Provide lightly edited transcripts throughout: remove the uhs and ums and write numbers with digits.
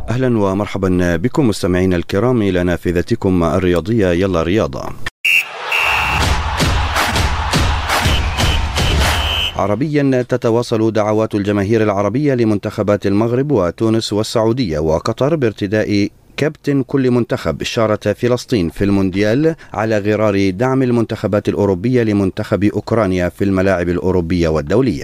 أهلا ومرحبا بكم مستمعين الكرام إلى نافذتكم الرياضية يلا رياضة. عربيا تتواصل دعوات الجماهير العربية لمنتخبات المغرب وتونس والسعودية وقطر بارتداء كابتن كل منتخب شارة فلسطين في المونديال على غرار دعم المنتخبات الأوروبية لمنتخب أوكرانيا في الملاعب الأوروبية والدولية.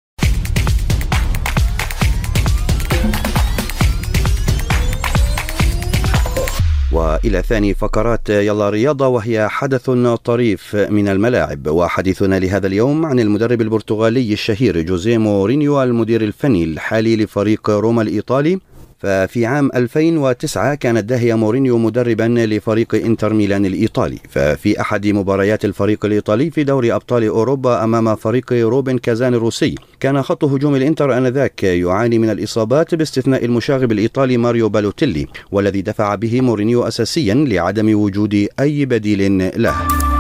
وإلى ثاني فقرات يلا رياضة، وهي حدث طريف من الملاعب. وحديثنا لهذا اليوم عن المدرب البرتغالي الشهير جوزيه مورينيو المدير الفني الحالي لفريق روما الإيطالي. ففي عام 2009 كانت داهية مورينيو مدربا لفريق انتر ميلان الإيطالي. ففي أحد مباريات الفريق الإيطالي في دوري أبطال أوروبا أمام فريق روبن كازان الروسي، كان خط هجوم الإنتر آنذاك يعاني من الإصابات باستثناء المشاغب الإيطالي ماريو بالوتيلي، والذي دفع به مورينيو أساسيا لعدم وجود أي بديل له.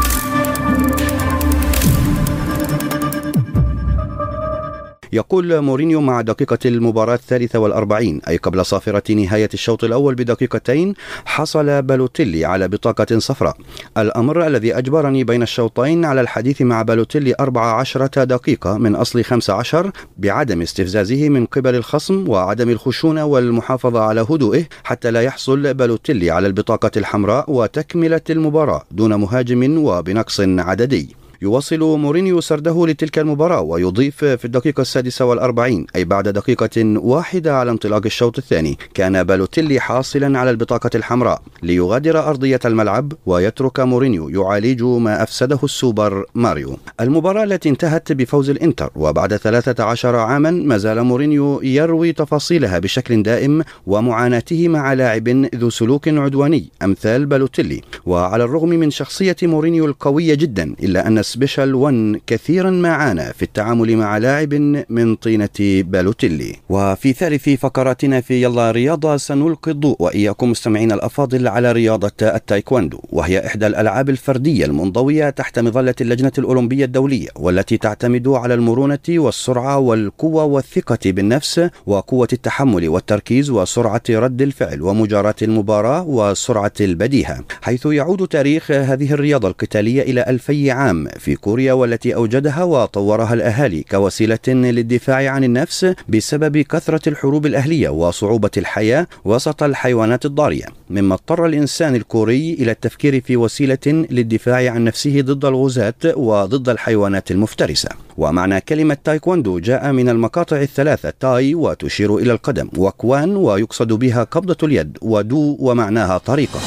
يقول مورينيو: مع دقيقة المباراة 43 أي قبل صافرة نهاية الشوط الأول بدقيقتين، حصل بالوتيلي على بطاقة صفراء، الأمر الذي أجبرني بين الشوطين على الحديث مع بالوتيلي 14 دقيقة من أصل 15 بعدم استفزازه من قبل الخصم وعدم الخشونة والمحافظة على هدوئه حتى لا يحصل بالوتيلي على البطاقة الحمراء وتكملة المباراة دون مهاجم وبنقص عددي. يواصل مورينيو سرده لتلك المباراة ويضيف: في الدقيقة 46 أي بعد دقيقة واحدة على انطلاق الشوط الثاني، كان بالوتيلي حاصلا على البطاقة الحمراء ليغادر أرضية الملعب ويترك مورينيو يعالج ما أفسده السوبر ماريو. المباراة التي انتهت بفوز الإنتر، وبعد 13 عاما ما زال مورينيو يروي تفاصيلها بشكل دائم ومعاناته مع لاعب ذو سلوك عدواني أمثال بالوتيلي. وعلى الرغم من شخصية مورينيو القوية جدا، إلا أن سبيشال 1 كثيرا ما عانى في التعامل مع لاعب من طينة بالوتيلي. وفي ثالث فقراتنا في يلا رياضة سنلقي الضوء وإياكم مستمعين الأفاضل على رياضة التايكواندو، وهي إحدى الألعاب الفردية المنضوية تحت مظلة اللجنة الأولمبية الدولية، والتي تعتمد على المرونة والسرعة والقوة والثقة بالنفس وقوة التحمل والتركيز وسرعة رد الفعل ومجاراة المباراة وسرعة البديهة، حيث يعود تاريخ هذه الرياضة القتالية إلى 2000 عام في كوريا، والتي أوجدها وطورها الأهالي كوسيلة للدفاع عن النفس بسبب كثرة الحروب الأهلية وصعوبة الحياة وسط الحيوانات الضارية، مما اضطر الإنسان الكوري إلى التفكير في وسيلة للدفاع عن نفسه ضد الغزاة وضد الحيوانات المفترسة. ومعنى كلمة تايكواندو جاء من المقاطع الثلاثة: تاي وتشير إلى القدم، وكوان ويقصد بها قبضة اليد، ودو ومعناها طريقة.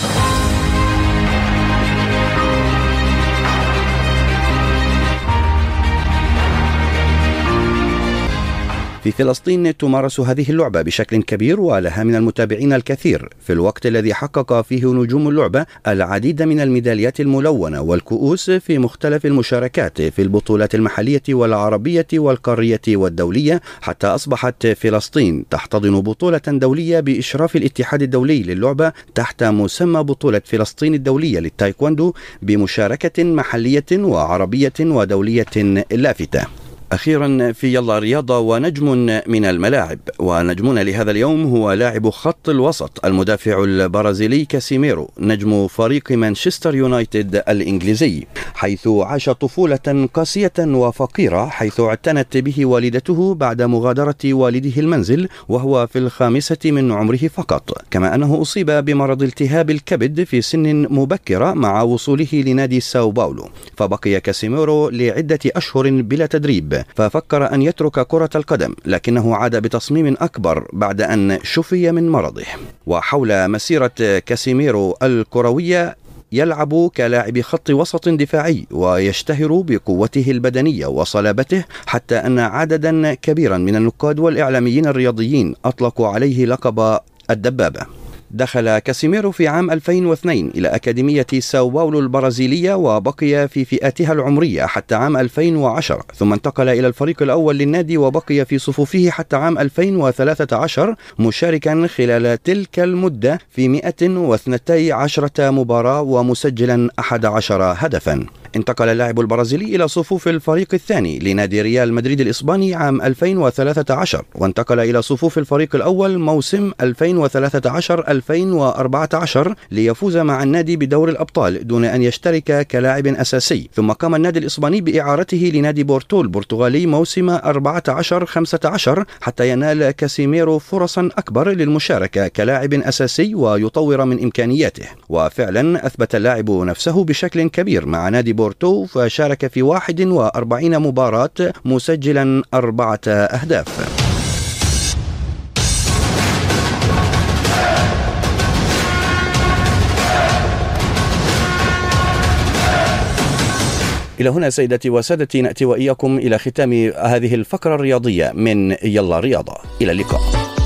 في فلسطين تمارس هذه اللعبة بشكل كبير ولها من المتابعين الكثير، في الوقت الذي حقق فيه نجوم اللعبة العديد من الميداليات الملونة والكؤوس في مختلف المشاركات في البطولات المحلية والعربية والقارية والدولية، حتى أصبحت فلسطين تحتضن بطولة دولية بإشراف الاتحاد الدولي للعبة تحت مسمى بطولة فلسطين الدولية للتايكواندو، بمشاركة محلية وعربية ودولية لافتة. أخيرا في يلا رياضة ونجم من الملاعب، ونجمنا لهذا اليوم هو لاعب خط الوسط المدافع البرازيلي كاسيميرو، نجم فريق مانشستر يونايتد الإنجليزي، حيث عاش طفولة قاسية وفقيرة، حيث اعتنت به والدته بعد مغادرة والده المنزل وهو في 5 من عمره فقط، كما أنه أصيب بمرض التهاب الكبد في سن مبكرة مع وصوله لنادي ساو باولو، فبقي كاسيميرو لعدة أشهر بلا تدريب، ففكر أن يترك كرة القدم، لكنه عاد بتصميم أكبر بعد أن شفي من مرضه. وحول مسيرة كاسيميرو الكروية، يلعب كلاعب خط وسط دفاعي ويشتهر بقوته البدنية وصلابته، حتى أن عددا كبيرا من النقاد والإعلاميين الرياضيين أطلقوا عليه لقب الدبابة. دخل كاسيميرو في عام 2002 إلى أكاديمية ساو باولو البرازيلية، وبقي في فئاتها العمرية حتى عام 2010، ثم انتقل إلى الفريق الأول للنادي وبقي في صفوفه حتى عام 2013، مشاركا خلال تلك المدة في 112 مباراة ومسجلا 11 هدفا. انتقل اللاعب البرازيلي إلى صفوف الفريق الثاني لنادي ريال مدريد الإسباني عام 2013، وانتقل إلى صفوف الفريق الأول موسم 2013-2014 ليفوز مع النادي بدور الأبطال دون أن يشترك كلاعب أساسي. ثم قام النادي الإسباني بإعارته لنادي بورتو البرتغالي موسم 14-15 حتى ينال كاسيميرو فرصا أكبر للمشاركة كلاعب أساسي ويطور من إمكانياته. وفعلا أثبت اللاعب نفسه بشكل كبير مع نادي بورتو، فشارك في 41 مباراة مسجلا 4 أهداف. إلى هنا سيدتي وسادتي نأتي وإياكم إلى ختام هذه الفقرة الرياضية من يلا رياضة. إلى اللقاء.